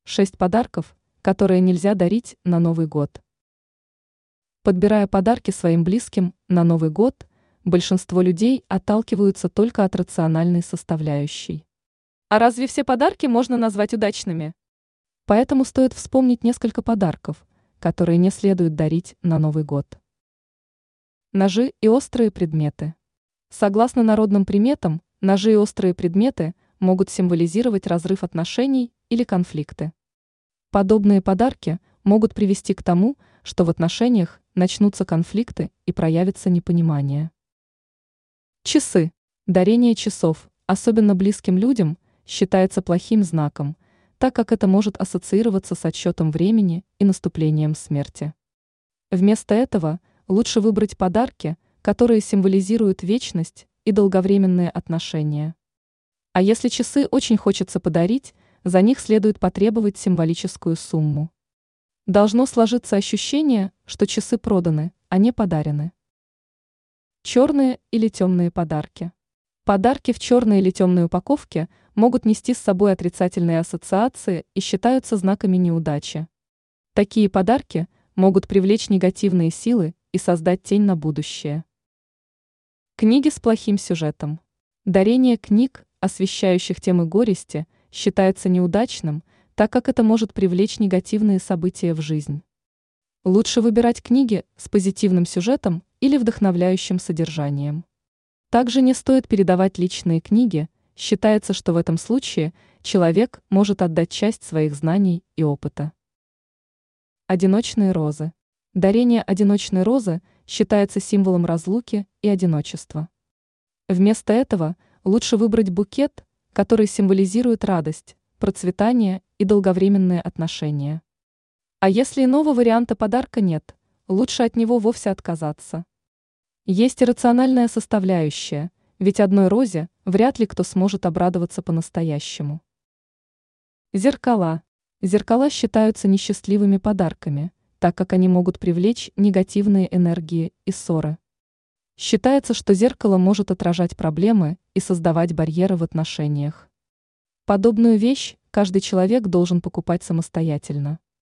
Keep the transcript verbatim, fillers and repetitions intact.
Шесть подарков, которые нельзя дарить на Новый год. Подбирая подарки своим близким на Новый год, большинство людей отталкиваются только от рациональной составляющей. А разве все подарки можно назвать удачными? Поэтому стоит вспомнить несколько подарков, которые не следует дарить на Новый год. Ножи и острые предметы. Согласно народным приметам, ножи и острые предметы могут символизировать разрыв отношений или конфликты. Подобные подарки могут привести к тому, что в отношениях начнутся конфликты и проявится непонимание. Часы. Дарение часов, особенно близким людям, считается плохим знаком, так как это может ассоциироваться с отсчетом времени и наступлением смерти. Вместо этого лучше выбрать подарки, которые символизируют вечность и долговременные отношения. А если часы очень хочется подарить, за них следует потребовать символическую сумму. Должно сложиться ощущение, что часы проданы, а не подарены. Черные или темные подарки. Подарки в черной или темной упаковке могут нести с собой отрицательные ассоциации и считаются знаками неудачи. Такие подарки могут привлечь негативные силы и создать тень на будущее. Книги с плохим сюжетом. Дарение книг, освещающих темы горести, считается неудачным, так как это может привлечь негативные события в жизнь. Лучше выбирать книги с позитивным сюжетом или вдохновляющим содержанием. Также не стоит передавать личные книги, считается, что в этом случае человек может отдать часть своих знаний и опыта. Одиночные розы. Дарение одиночной розы считается символом разлуки и одиночества. Вместо этого лучше выбрать букет, который символизирует радость, процветание и долговременные отношения. А если иного варианта подарка нет, лучше от него вовсе отказаться. Есть и рациональная составляющая, ведь одной розе вряд ли кто сможет обрадоваться по-настоящему. Зеркала. Зеркала считаются несчастливыми подарками, так как они могут привлечь негативные энергии и ссоры. Считается, что зеркало может отражать проблемы и создавать барьеры в отношениях. Подобную вещь каждый человек должен покупать самостоятельно.